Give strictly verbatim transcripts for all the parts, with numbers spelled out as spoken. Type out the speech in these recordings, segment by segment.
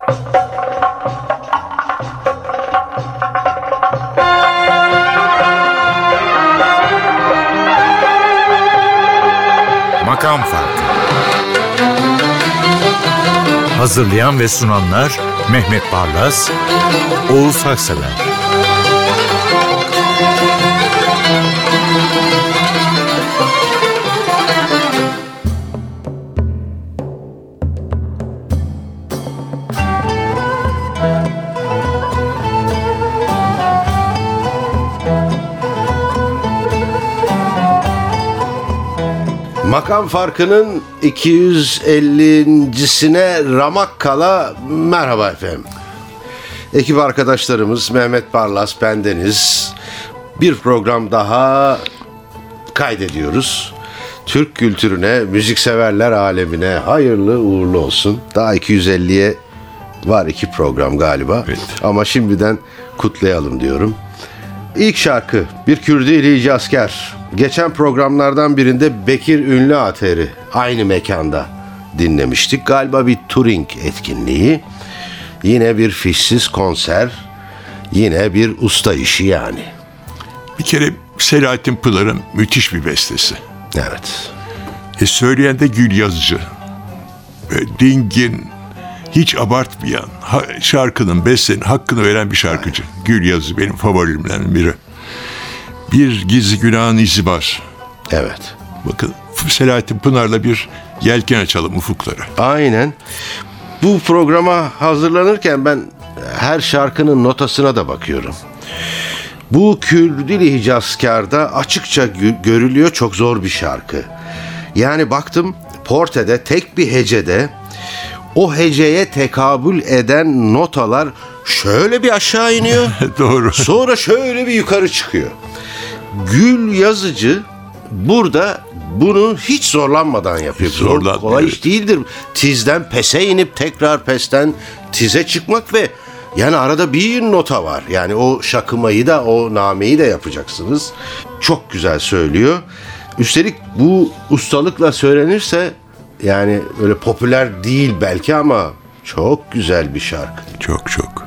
Makam Farkı. Hazırlayan ve sunanlar Mehmet Barlas, Oğuz Haksever. Makam Farkı'nın iki yüz ellincisine ramak kala merhaba efendim. Ekip arkadaşlarımız Mehmet Barlas, bendeniz. Bir program daha kaydediyoruz. Türk kültürüne, müzikseverler alemine hayırlı uğurlu olsun. Daha iki yüz elliye var iki program galiba. Evet. Ama şimdiden kutlayalım diyorum. İlk şarkı bir Kürdili asker. Geçen programlardan birinde Bekir Ünlü Ateri aynı mekanda dinlemiştik. Galiba bir touring etkinliği. Yine bir fişsiz konser. Yine bir usta işi yani. Bir kere Selahattin Pınar'ın müthiş bir bestesi. Evet. E söyleyen de Gül Yazıcı. E, dingin, hiç abartmayan, ha, şarkının, bestenin hakkını veren bir şarkıcı. Evet. Gül Yazıcı benim favorimden biri. Bir Gizli Günahın İzi var. Evet. Bakın Selahattin Pınar'la bir yelken açalım ufuklara. Aynen. Bu programa hazırlanırken ben her şarkının notasına da bakıyorum. Bu Kürdili Hicazkar'da açıkça gö- görülüyor, çok zor bir şarkı. Yani baktım portede tek bir hecede o heceye tekabül eden notalar şöyle bir aşağı iniyor. Doğru. Sonra şöyle bir yukarı çıkıyor. Gül Yazıcı burada bunu hiç zorlanmadan yapıyor. Zorlan, kolay evet. iş değildir. Tizden pese inip tekrar pesten tize çıkmak ve yani arada bir nota var. Yani o şakımayı da o nameyi de yapacaksınız. Çok güzel söylüyor. Üstelik bu ustalıkla söylenirse yani öyle popüler değil belki ama çok güzel bir şarkı. Çok çok.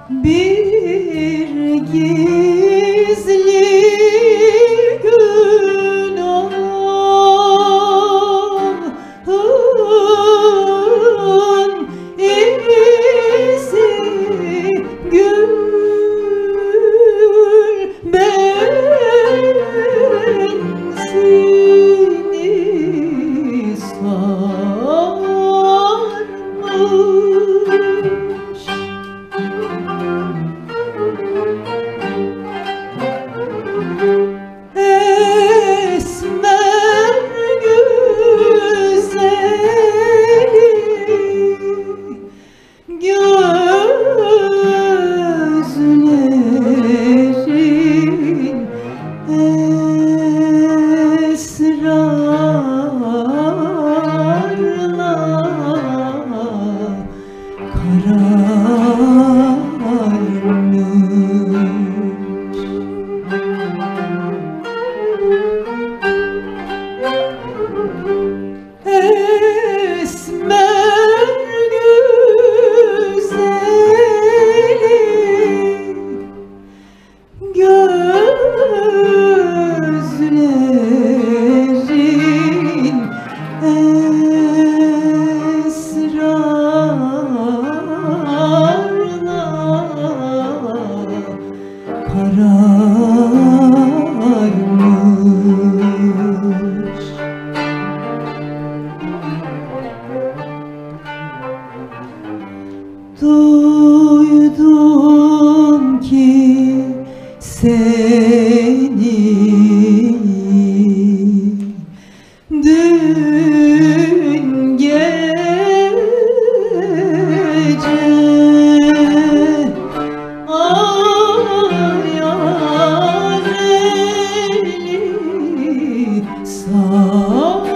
Bir gizli günahın izi gül benzini sarmış. Duydum ki seni dün gece ayareli sarmış.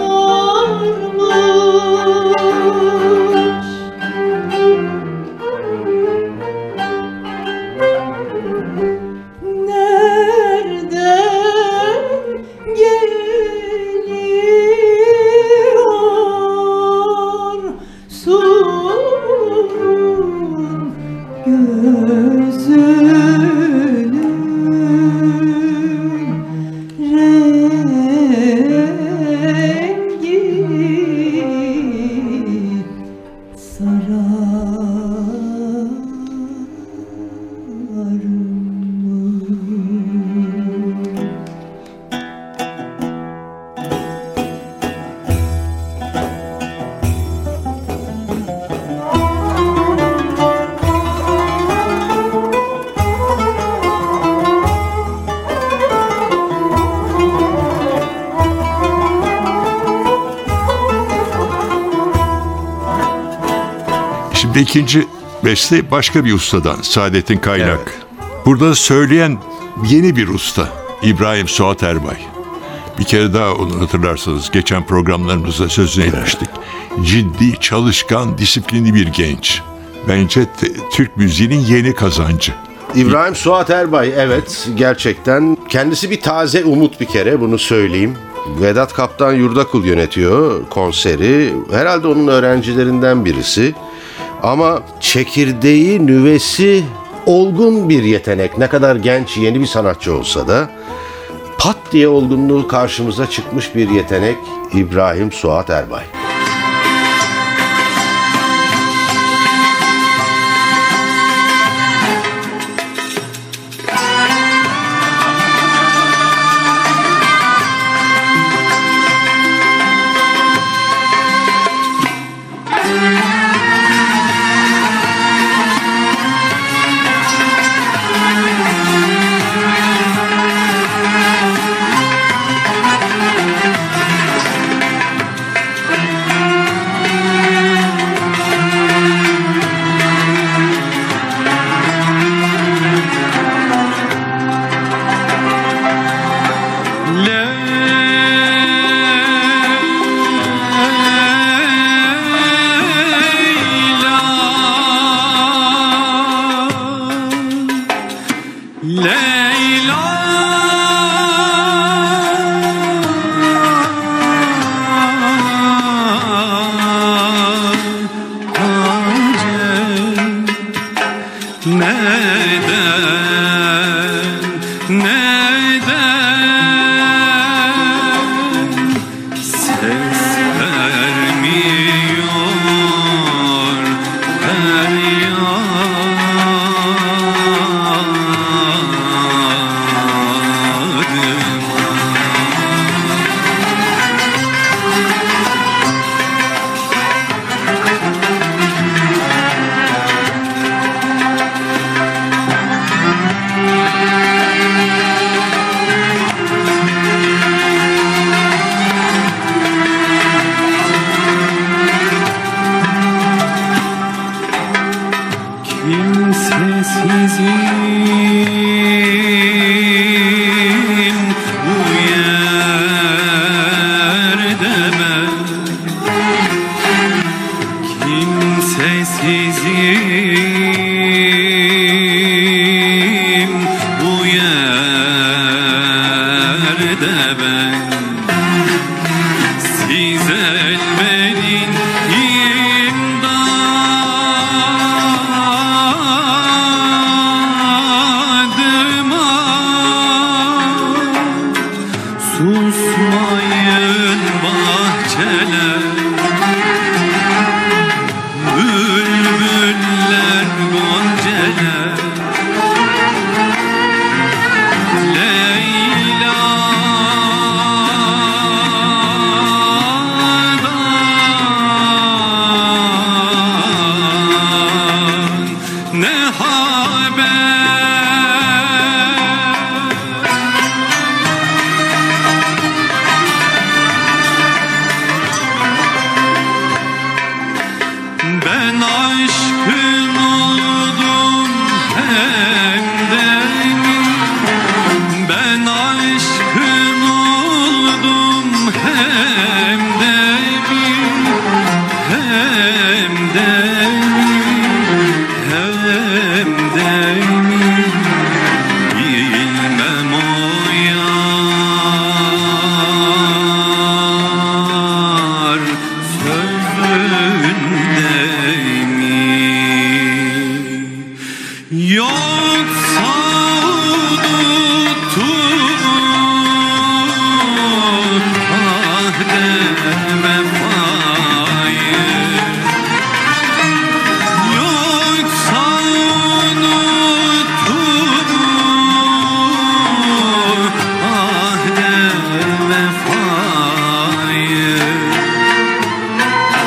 Şimdi ikinci beste başka bir ustadan, Saadettin Kaynak. Evet. Burada söyleyen yeni bir usta, İbrahim Suat Erbay. Bir kere daha onu hatırlarsanız geçen programlarımızda sözünü etmiştik. Ciddi, çalışkan, disiplinli bir genç. Bence t- Türk müziğinin yeni kazancı. İbrahim Suat Erbay, evet, gerçekten kendisi bir taze umut, bir kere bunu söyleyeyim. Vedat Kaptan Yurdakul yönetiyor konseri. Herhalde onun öğrencilerinden birisi. Ama çekirdeği, nüvesi olgun bir yetenek. Ne kadar genç, yeni bir sanatçı olsa da pat diye olgunluğu karşımıza çıkmış bir yetenek İbrahim Suat Erbay.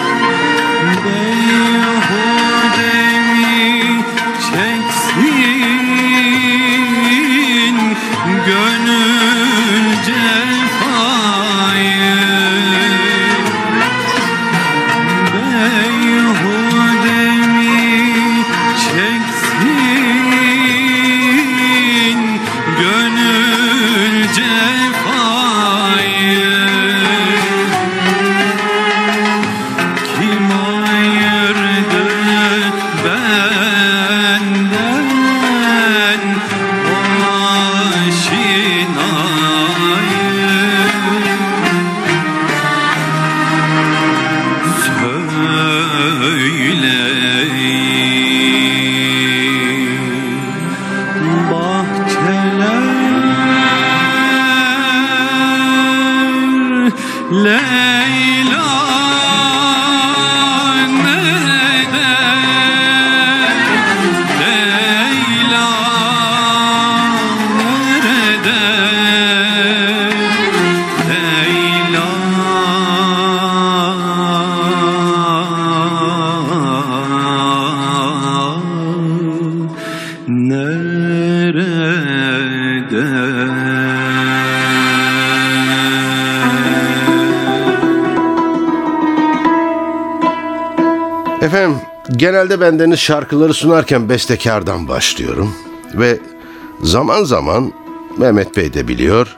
Beyhudemi çeksin Efendim, genelde bendeniz şarkıları sunarken bestekardan başlıyorum ve zaman zaman Mehmet Bey de biliyor,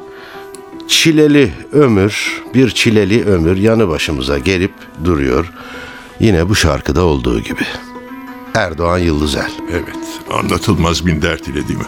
çileli ömür, bir çileli ömür yanı başımıza gelip duruyor. Yine bu şarkıda olduğu gibi. Erdoğan Yıldızel. Evet, anlatılmaz bin dert ile, değil mi?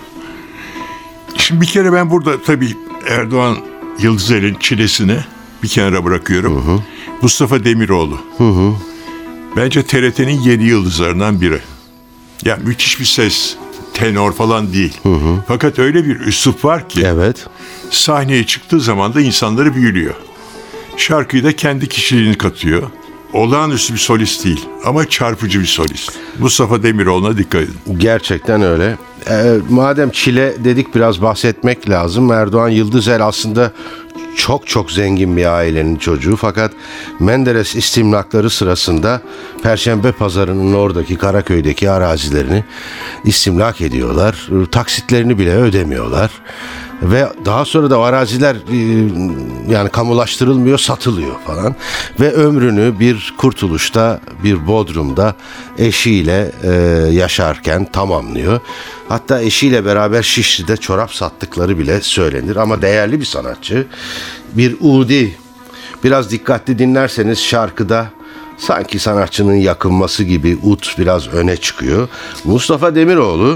Şimdi bir kere ben burada tabii Erdoğan Yıldızel'in çilesini bir kenara bırakıyorum. Hı hı. Mustafa Demiroğlu. Hı hı. Bence T R T'nin yeni yıldızlarından biri. Ya müthiş bir ses, tenor falan değil. Hı hı. Fakat öyle bir üslup var ki. Evet. Sahneye çıktığı zaman da insanları büyülüyor. Şarkıyı da kendi kişiliğini katıyor. Olağanüstü bir solist değil ama çarpıcı bir solist. Mustafa Demiroğlu'na dikkat edin. Gerçekten öyle. Ee, madem çile dedik, biraz bahsetmek lazım. Erdoğan Yıldızel aslında çok çok zengin bir ailenin çocuğu, fakat Menderes istimlakları sırasında Perşembe Pazarı'nın oradaki Karaköy'deki arazilerini istimlak ediyorlar. Taksitlerini bile ödemiyorlar. Ve daha sonra da o araziler yani kamulaştırılmıyor, satılıyor falan. Ve ömrünü bir Kurtuluş'ta, bir Bodrum'da eşiyle e, yaşarken tamamlıyor. Hatta eşiyle beraber Şişli'de çorap sattıkları bile söylenir. Ama değerli bir sanatçı, bir udi. Biraz dikkatli dinlerseniz şarkıda sanki sanatçının yakınması gibi ut biraz öne çıkıyor. Mustafa Demiroğlu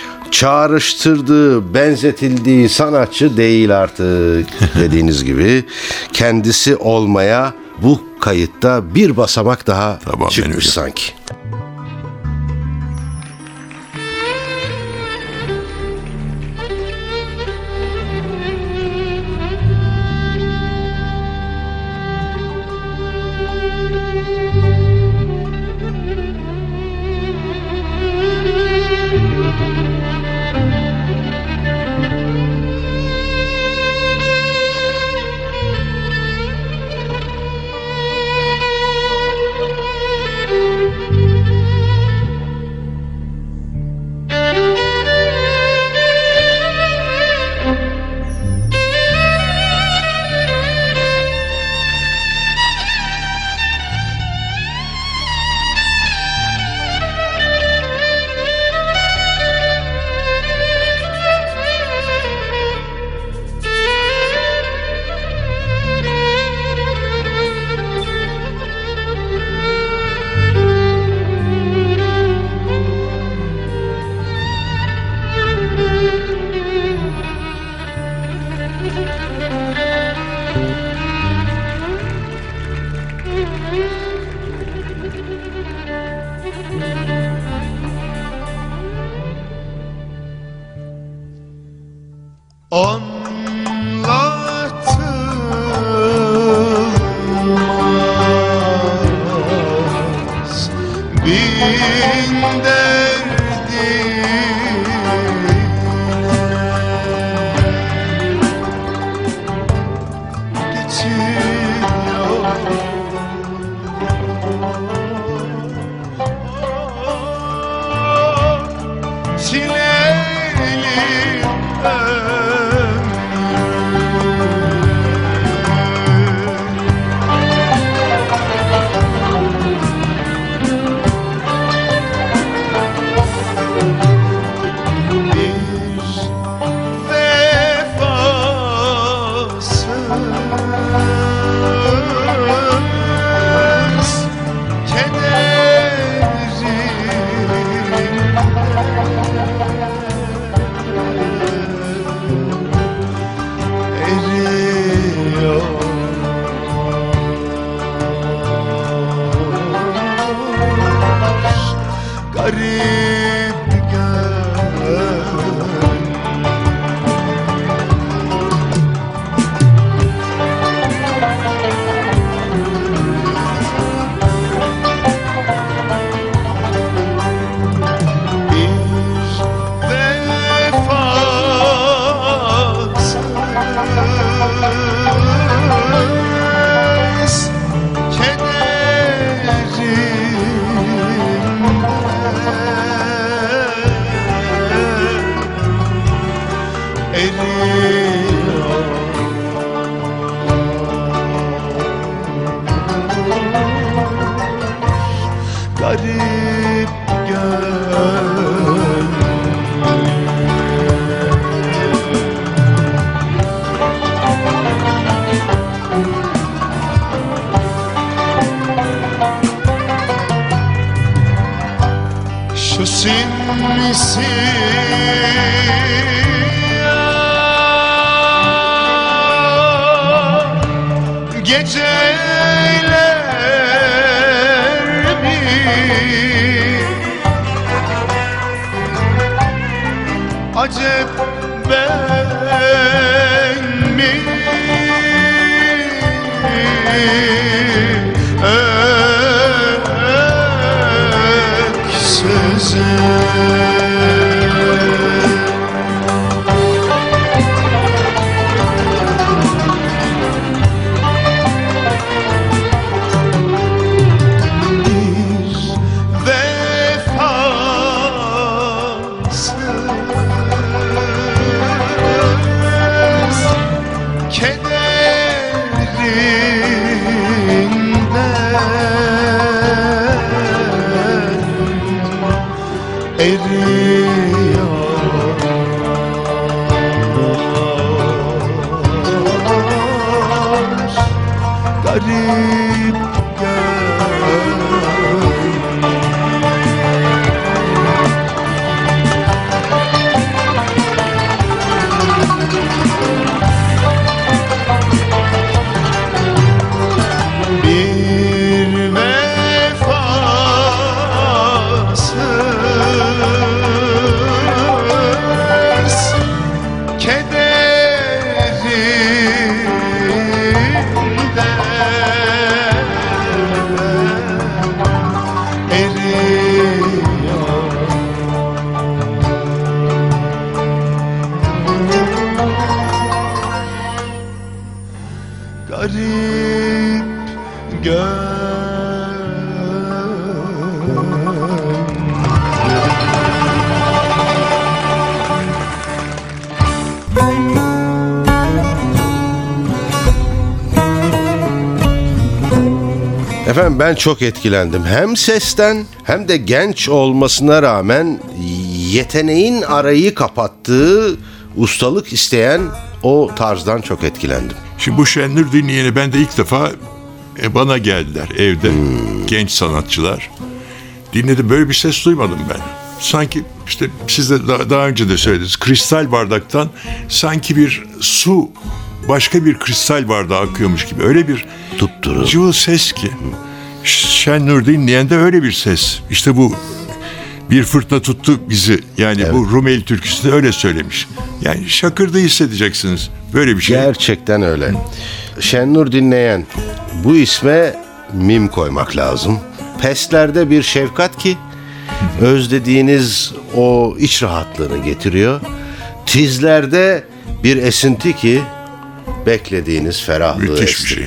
çağrıştırdığı, benzetildiği sanatçı değil artık dediğiniz gibi. Kendisi olmaya bu kayıtta bir basamak daha tamam, çıkmış sanki. Anlatılmaz bin derdi geçiyor. Çileli garip gönlüm. Garip gönlüm. Şu simsiyah geceler bir acep ben mi garip gönlüm. Bir vefasız garip gönlüm. Efendim ben çok etkilendim. Hem sesten hem de genç olmasına rağmen yeteneğin arayı kapattığı, ustalık isteyen o tarzdan çok etkilendim. Şimdi bu Şenur dinleyeni ben de ilk defa e, bana geldiler evde hmm. genç sanatçılar. Dinledim, böyle bir ses duymadım ben. Sanki işte siz de daha, daha önce de söylediniz, kristal bardaktan sanki bir su başka bir kristal bardağa akıyormuş gibi. Öyle bir tutturun cıvıl ses ki. Şenur dinleyen de öyle bir ses. İşte bu bir fırtına tuttu bizi. Yani evet. Bu Rumeli türküsünde öyle söylemiş. Yani şakırdı hissedeceksiniz. Böyle bir şey. Gerçekten öyle. Şenur dinleyen, bu isme mim koymak lazım. Peslerde bir şefkat ki özlediğiniz o iç rahatlığını getiriyor. Tizlerde bir esinti ki beklediğiniz ferahlığı müthiş bir şey.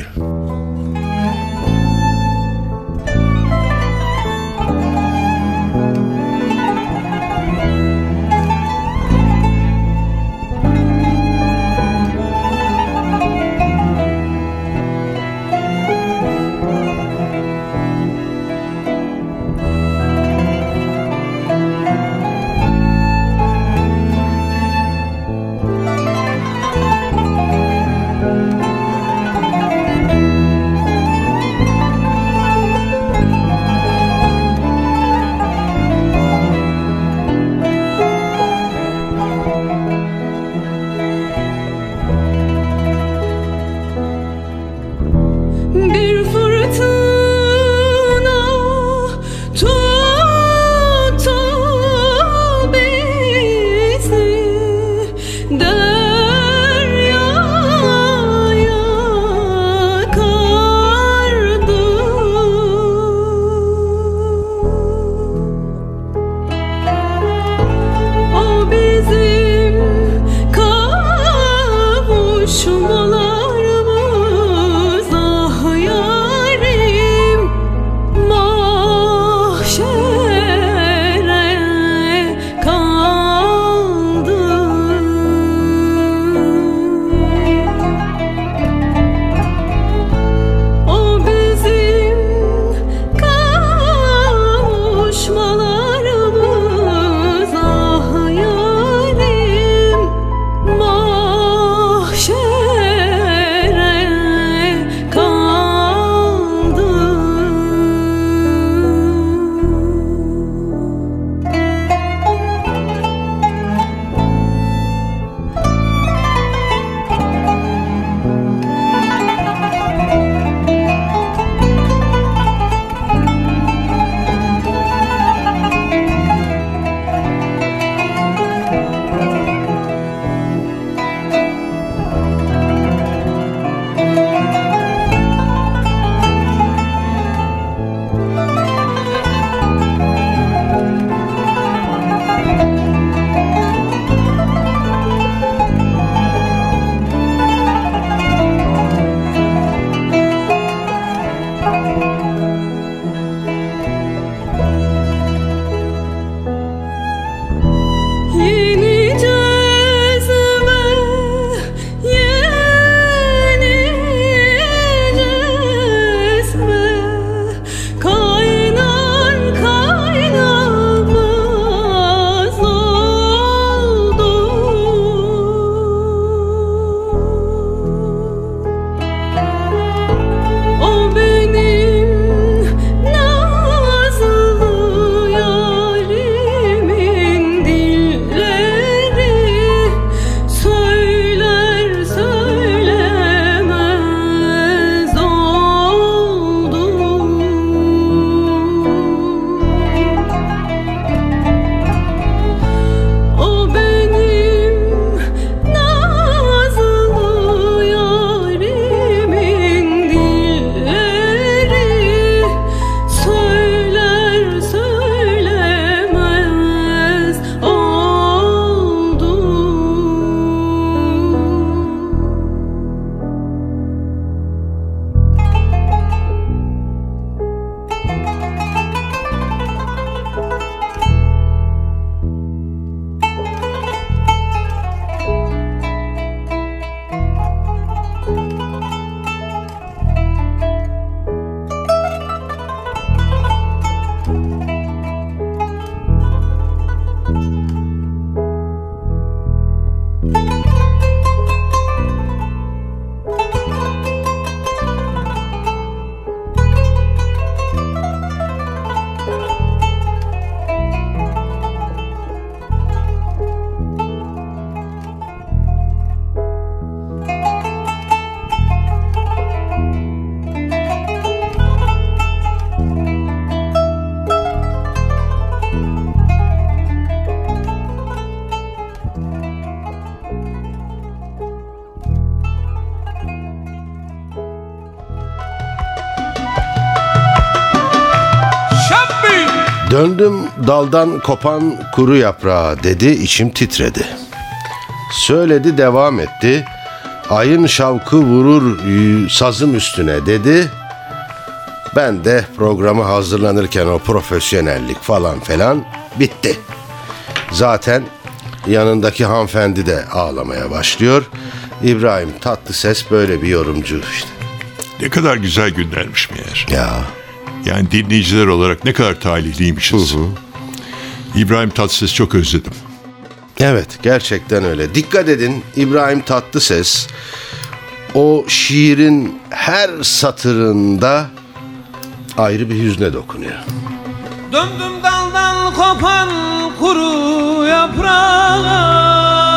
Döndüm daldan kopan kuru yaprağa dedi, içim titredi. Söyledi, devam etti. Ayın şavkı vurur sazım üstüne dedi. Ben de programı hazırlanırken o profesyonellik falan falan bitti. Zaten yanındaki hanımefendi de ağlamaya başlıyor. İbrahim Tatlıses böyle bir yorumcu işte. Ne kadar güzel günlermiş meğer. Ya. Yani dinleyiciler olarak ne kadar talihliymişiz. Hı hı. İbrahim Tatlıses'i çok özledim. Evet, gerçekten öyle. Dikkat edin, İbrahim Tatlıses o şiirin her satırında ayrı bir hüzne dokunuyor. Döndüm daldan kopan kuru yaprağa,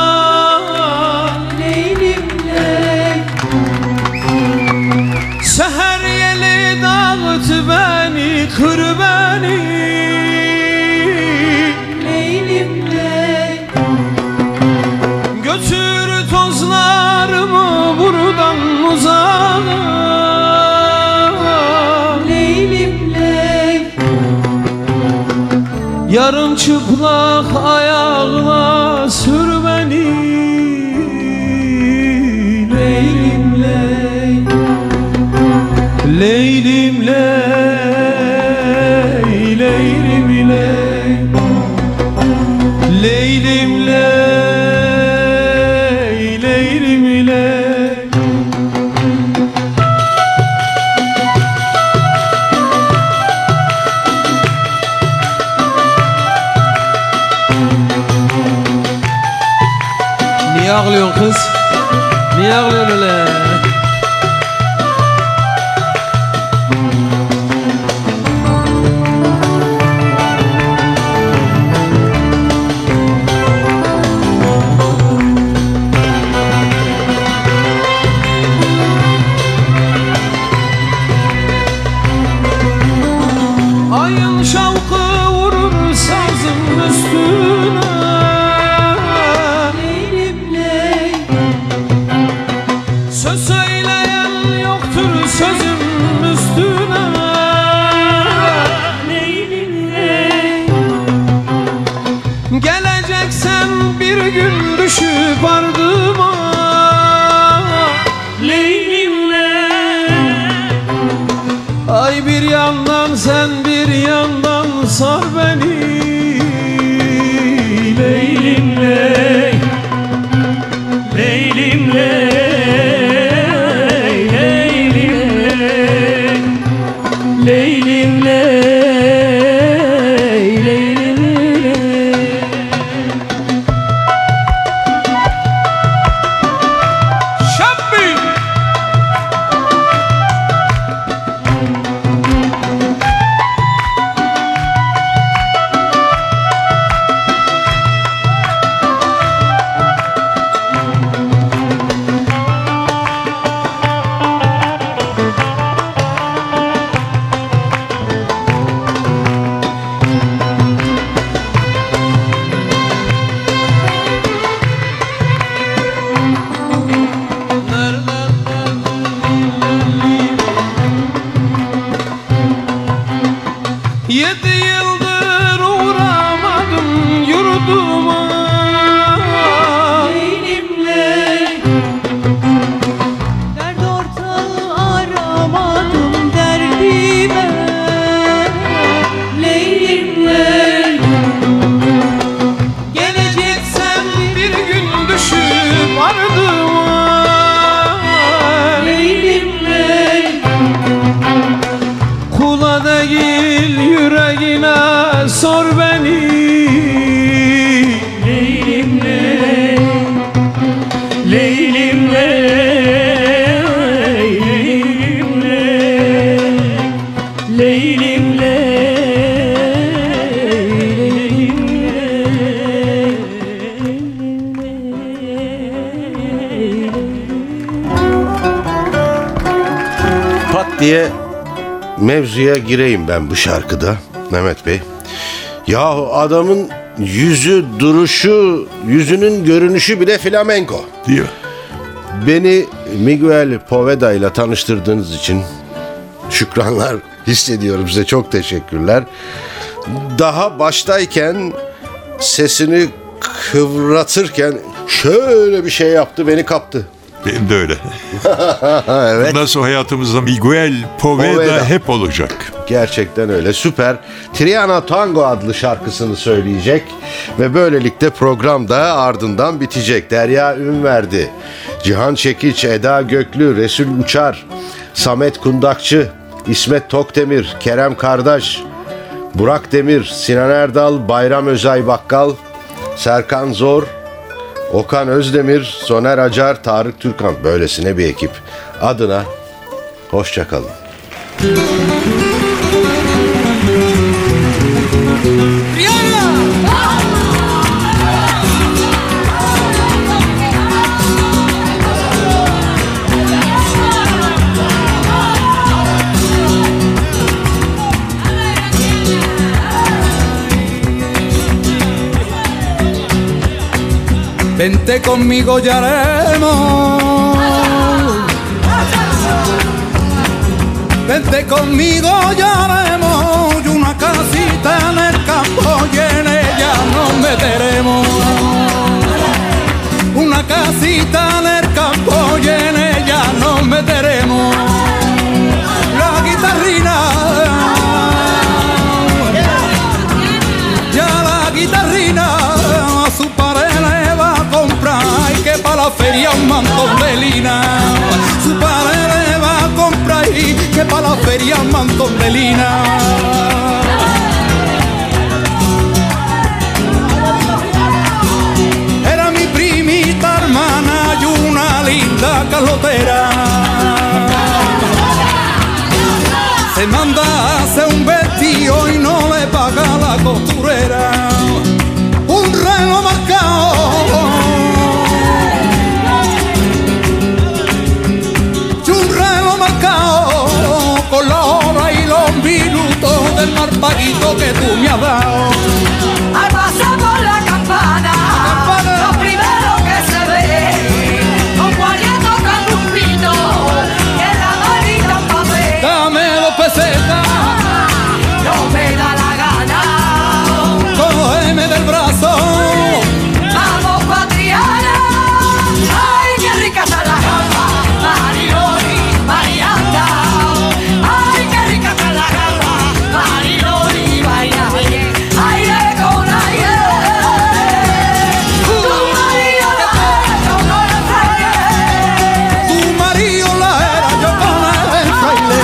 Leylim ley, seher yeli dağıt beni, kır beni. leylim ley, Götür tozlarımı buradan uzağa, leylim ley, yarın çıplak ayakla sür beni. Leylim ley, leylim ley, leylim ley, leylim ley, leylim ley. Niye ağlıyorsun kız? Niye ağlıyorsun öyle? Ayın şavkı vurur sazın üstüne, leylim ley, söz söyleyen yoktur sözüm üstüne. leylim ley, Geleceksen bir gün düşüp ardıma, leylim ley, ay bir yandan sen bir yandan sar beni. Leylim ley, leylim ley, leylim ley, leylim ley, leylim ley. Şabbi. Yedi yıldır uğramadım yurduma, Leylim ley, dert ortağı aramadım derdime. Leylim ley, geleceksen bir gün düşüp ardıma. leylim ley, Kula değil yüreğine sor beni. leylim ley, leylim ley, leylim ley, leylim ley. Pat diye mevzuya gireyim ben bu şarkıda Mehmet Bey. Yahu adamın yüzü, duruşu, yüzünün görünüşü bile flamenko. Diyor. Beni Miguel Poveda ile tanıştırdığınız için şükranlar hissediyorum size. Çok teşekkürler. daha baştayken sesini kıvratırken şöyle bir şey yaptı, beni kaptı. Benim de öyle. Evet. Bundan sonra hayatımızda Miguel Poveda, Poveda hep olacak. Gerçekten öyle, süper. Triana Tango adlı şarkısını söyleyecek ve böylelikle program da ardından bitecek. Derya Ünverdi, Cihan Çekiç, Eda Göklü, Resul Uçar, Samet Kundakçı, İsmet Tokdemir, Kerem Kardeş, Burak Demir, Sinan Erdal, Bayram Özay Bakkal, Serkan Zor, Okan Özdemir, Soner Acar, Tarık Türkan, böylesine bir ekip adına hoşça kalın. Vente conmigo y haremos. Vente conmigo y haremos una casita en el campo y en ella nos meteremos. Una casita en el campo y en ella nos meteremos. La guitarrina, ya la guitarrina a su pared le va a comprar, y que para la feria un mantón de lina. Su padre le va a comprar y que para la feria un mantón de lina. Era mi primita hermana y una linda calotera. Se manda a hacer un vestido y no le paga la costurera. Un reloj marcado y un reloj marcado con la hora y los minutos del marpaguito que tú me has dado. Al pasar por la campana, lo primero que se ve, con Juanito tocando un pito y en la manita un papel. Dame dos pesetas, no me da la gana. cógeme del brazo. Vamos pa' Triana, ay qué rica está la gamba, Mariloli, Marianda. Ay qué rica está la gamba, Mariloli, Marianda. Aire con aire, tu marido la era, yo no la traje. Tu marido la era, yo con el fraile.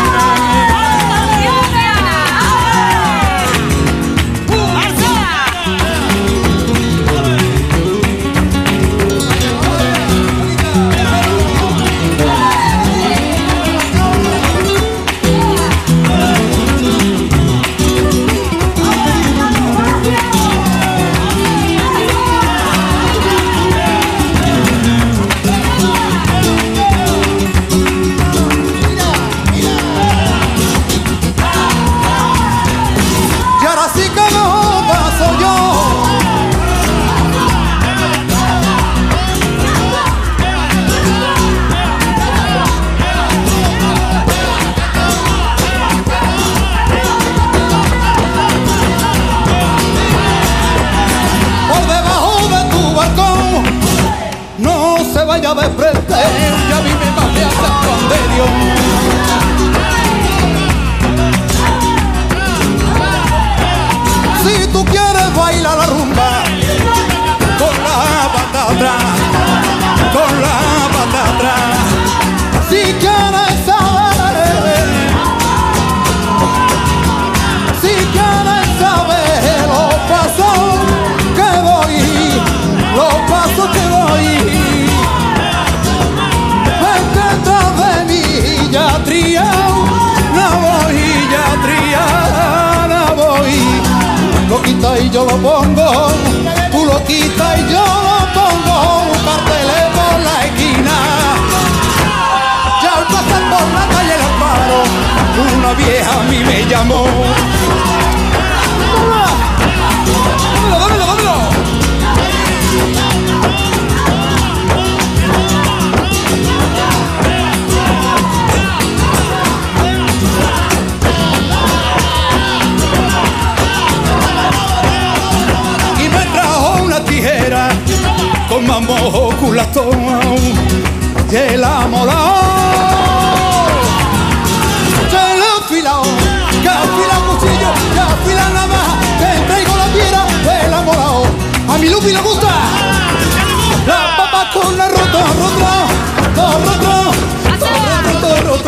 Y ahora sí que no paso yo. Por debajo de tu balcón, no se vaya de frente, ya a mí me va a hacer Juan de Dios. Si tú quieres bailar la rumba con la pata atrás, con la pata atrás. Si quieres saber, si quieres saber los pasos que doy, los pasos que doy, vente detrás de mí ya triao, no voy ya triao, no voy. Lo quita y yo lo pongo, tú lo quitas y yo lo pongo, un cartel por la esquina. Ya al pasar por la calle El Amparo, una vieja a mí me llamó. ¡Dámelo, dámelo, dámelo! tomamos culato que la molao se le afilao que afila cuchillo que afila navaja que traigo la piedra de la molao a mi Lupi le gusta la papa con la rota rota rota rota rota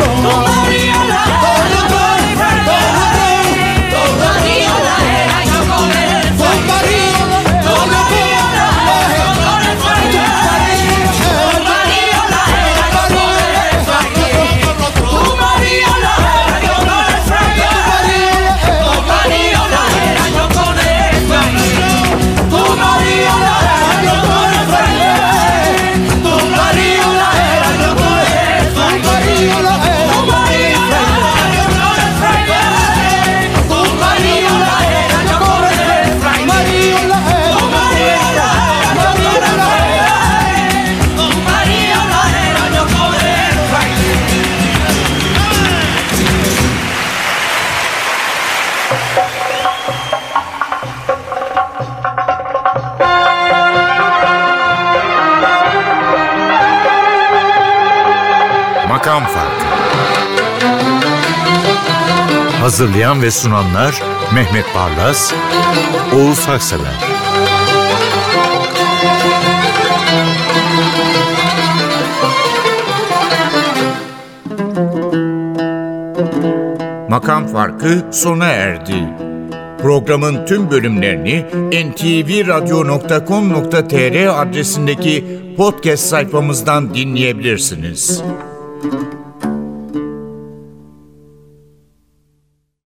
Makam Farkı. Hazırlayan ve sunanlar Mehmet Barlas, Oğuz Haksever. Makam Farkı sona erdi. Programın tüm bölümlerini en te ve radyo nokta com nokta te er adresindeki podcast sayfamızdan dinleyebilirsiniz.